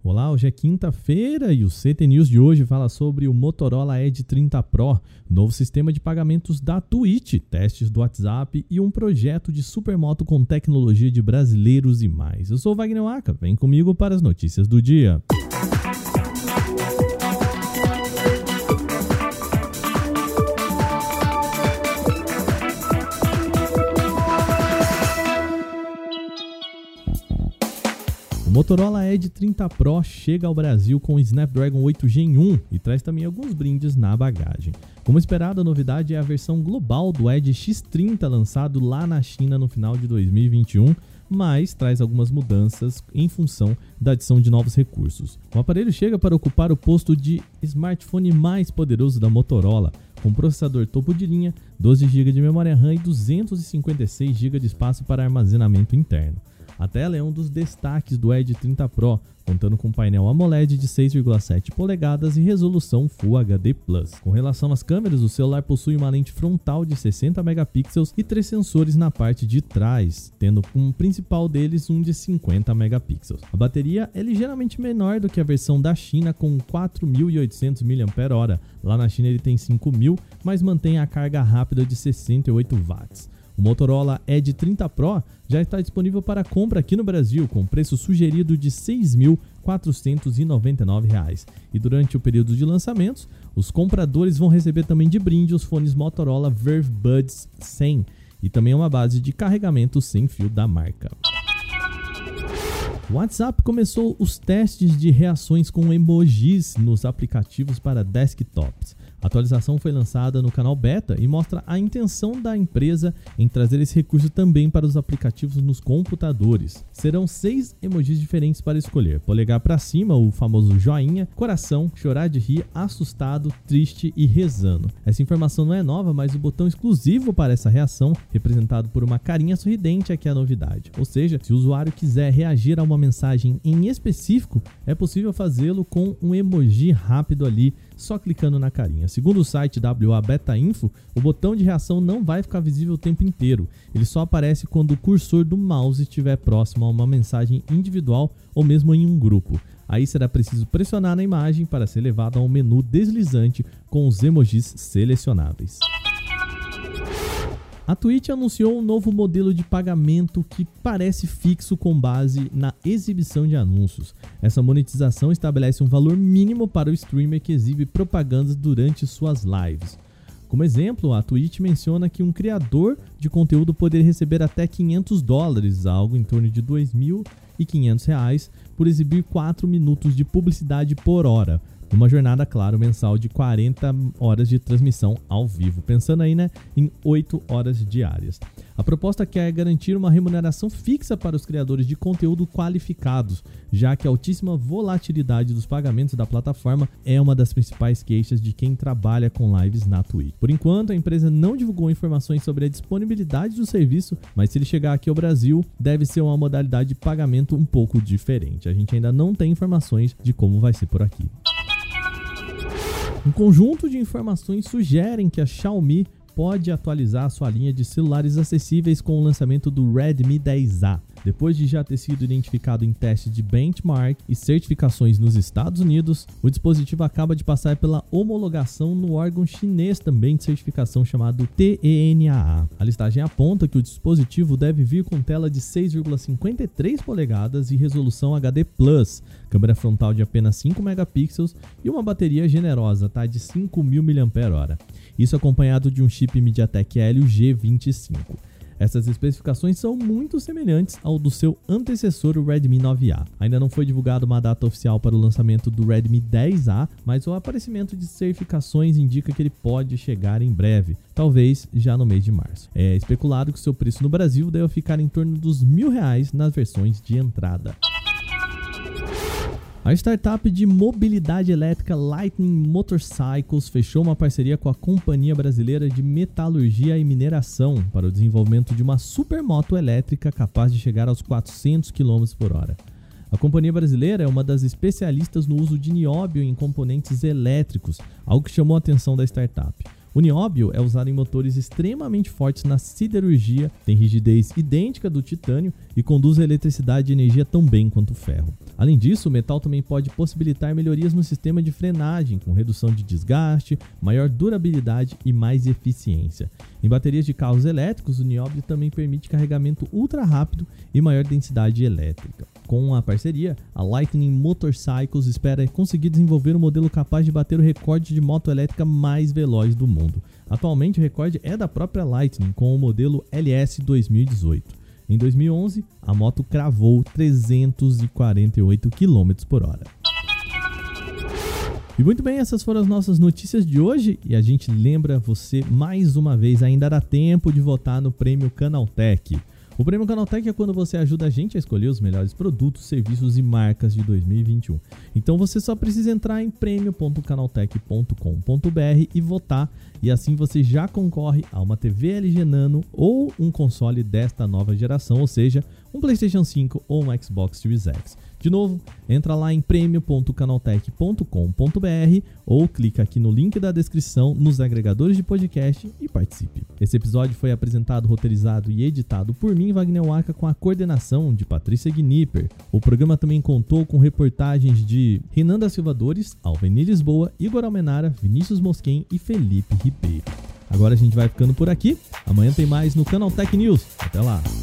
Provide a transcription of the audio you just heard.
Olá, hoje é quinta-feira e o CT News de hoje fala sobre o Motorola Edge 30 Pro, novo sistema de pagamentos da Twitch, testes do WhatsApp e um projeto de supermoto com tecnologia de brasileiros e mais. Eu sou o Wagner Waka, vem comigo para as notícias do dia. O Motorola Edge 30 Pro chega ao Brasil com o Snapdragon 8 Gen 1 e traz também alguns brindes na bagagem. Como esperado, a novidade é a versão global do Edge X30 lançado lá na China no final de 2021, mas traz algumas mudanças em função da adição de novos recursos. O aparelho chega para ocupar o posto de smartphone mais poderoso da Motorola, com processador topo de linha, 12 GB de memória RAM e 256 GB de espaço para armazenamento interno. A tela é um dos destaques do Edge 30 Pro, contando com painel AMOLED de 6,7 polegadas e resolução Full HD+. Com relação às câmeras, o celular possui uma lente frontal de 60 megapixels e 3 sensores na parte de trás, tendo como principal deles um de 50 megapixels. A bateria é ligeiramente menor do que a versão da China, com 4.800 mAh. Lá na China ele tem 5.000, mas mantém a carga rápida de 68 watts. O Motorola Edge 30 Pro já está disponível para compra aqui no Brasil, com preço sugerido de R$ 6.499. E durante o período de lançamentos, os compradores vão receber também de brinde os fones Motorola Verve Buds 100 e também uma base de carregamento sem fio da marca. O WhatsApp começou os testes de reações com emojis nos aplicativos para desktops. A atualização foi lançada no canal Beta e mostra a intenção da empresa em trazer esse recurso também para os aplicativos nos computadores. Serão 6 emojis diferentes para escolher: polegar para cima, o famoso joinha, coração, chorar de rir, assustado, triste e rezando. Essa informação não é nova, mas o botão exclusivo para essa reação, representado por uma carinha sorridente, é que é a novidade. Ou seja, se o usuário quiser reagir a uma mensagem em específico, é possível fazê-lo com um emoji rápido ali, só clicando na carinha. Segundo o site WA Beta Info, o botão de reação não vai ficar visível o tempo inteiro. Ele só aparece quando o cursor do mouse estiver próximo a uma mensagem individual ou mesmo em um grupo. Aí será preciso pressionar na imagem para ser levado a um menu deslizante com os emojis selecionáveis. A Twitch anunciou um novo modelo de pagamento que parece fixo com base na exibição de anúncios. Essa monetização estabelece um valor mínimo para o streamer que exibe propagandas durante suas lives. Como exemplo, a Twitch menciona que um criador de conteúdo poderia receber até $500, algo em torno de R$ 2.500, por exibir 4 minutos de publicidade por hora. Uma jornada, claro, mensal de 40 horas de transmissão ao vivo, pensando aí, em 8 horas diárias. A proposta quer garantir uma remuneração fixa para os criadores de conteúdo qualificados, já que a altíssima volatilidade dos pagamentos da plataforma é uma das principais queixas de quem trabalha com lives na Twitch. Por enquanto, a empresa não divulgou informações sobre a disponibilidade do serviço, mas se ele chegar aqui ao Brasil, deve ser uma modalidade de pagamento um pouco diferente. A gente ainda não tem informações de como vai ser por aqui. Um conjunto de informações sugerem que a Xiaomi pode atualizar sua linha de celulares acessíveis com o lançamento do Redmi 10A. Depois de já ter sido identificado em testes de benchmark e certificações nos Estados Unidos, o dispositivo acaba de passar pela homologação no órgão chinês também de certificação chamado TENAA. A listagem aponta que o dispositivo deve vir com tela de 6,53 polegadas e resolução HD+, câmera frontal de apenas 5 megapixels e uma bateria generosa, de 5.000 mAh. Isso acompanhado de um chip MediaTek Helio G25. Essas especificações são muito semelhantes ao do seu antecessor, o Redmi 9A. Ainda não foi divulgada uma data oficial para o lançamento do Redmi 10A, mas o aparecimento de certificações indica que ele pode chegar em breve, talvez já no mês de março. É especulado que o seu preço no Brasil deve ficar em torno dos R$1.000 nas versões de entrada. A startup de mobilidade elétrica Lightning Motorcycles fechou uma parceria com a Companhia Brasileira de Metalurgia e Mineração para o desenvolvimento de uma supermoto elétrica capaz de chegar aos 400 km por hora. A companhia brasileira é uma das especialistas no uso de nióbio em componentes elétricos, algo que chamou a atenção da startup. O nióbio é usado em motores extremamente fortes na siderurgia, tem rigidez idêntica do titânio e conduz a eletricidade e energia tão bem quanto o ferro. Além disso, o metal também pode possibilitar melhorias no sistema de frenagem, com redução de desgaste, maior durabilidade e mais eficiência. Em baterias de carros elétricos, o nióbio também permite carregamento ultra rápido e maior densidade elétrica. Com a parceria, a Lightning Motorcycles espera conseguir desenvolver um modelo capaz de bater o recorde de moto elétrica mais veloz do mundo. Atualmente, o recorde é da própria Lightning, com o modelo LS 2018. Em 2011, a moto cravou 348 km por hora. E muito bem, essas foram as nossas notícias de hoje e a gente lembra você mais uma vez, ainda dá tempo de votar no Prêmio Canaltech. O Prêmio Canaltech é quando você ajuda a gente a escolher os melhores produtos, serviços e marcas de 2021. Então você só precisa entrar em premio.canaltech.com.br e votar, e assim você já concorre a uma TV LG Nano ou um console desta nova geração, ou seja, um PlayStation 5 ou um Xbox Series X. De novo, entra lá em premio.canaltech.com.br ou clica aqui no link da descrição nos agregadores de podcast e participe. Esse episódio foi apresentado, roteirizado e editado por mim, Wagner Waka, com a coordenação de Patrícia Gnipper. O programa também contou com reportagens de Renan da Silva Dores, Alveni Lisboa, Igor Almenara, Vinícius Mosquen e Felipe Ribeiro. Agora a gente vai ficando por aqui. Amanhã tem mais no Canaltech News. Até lá!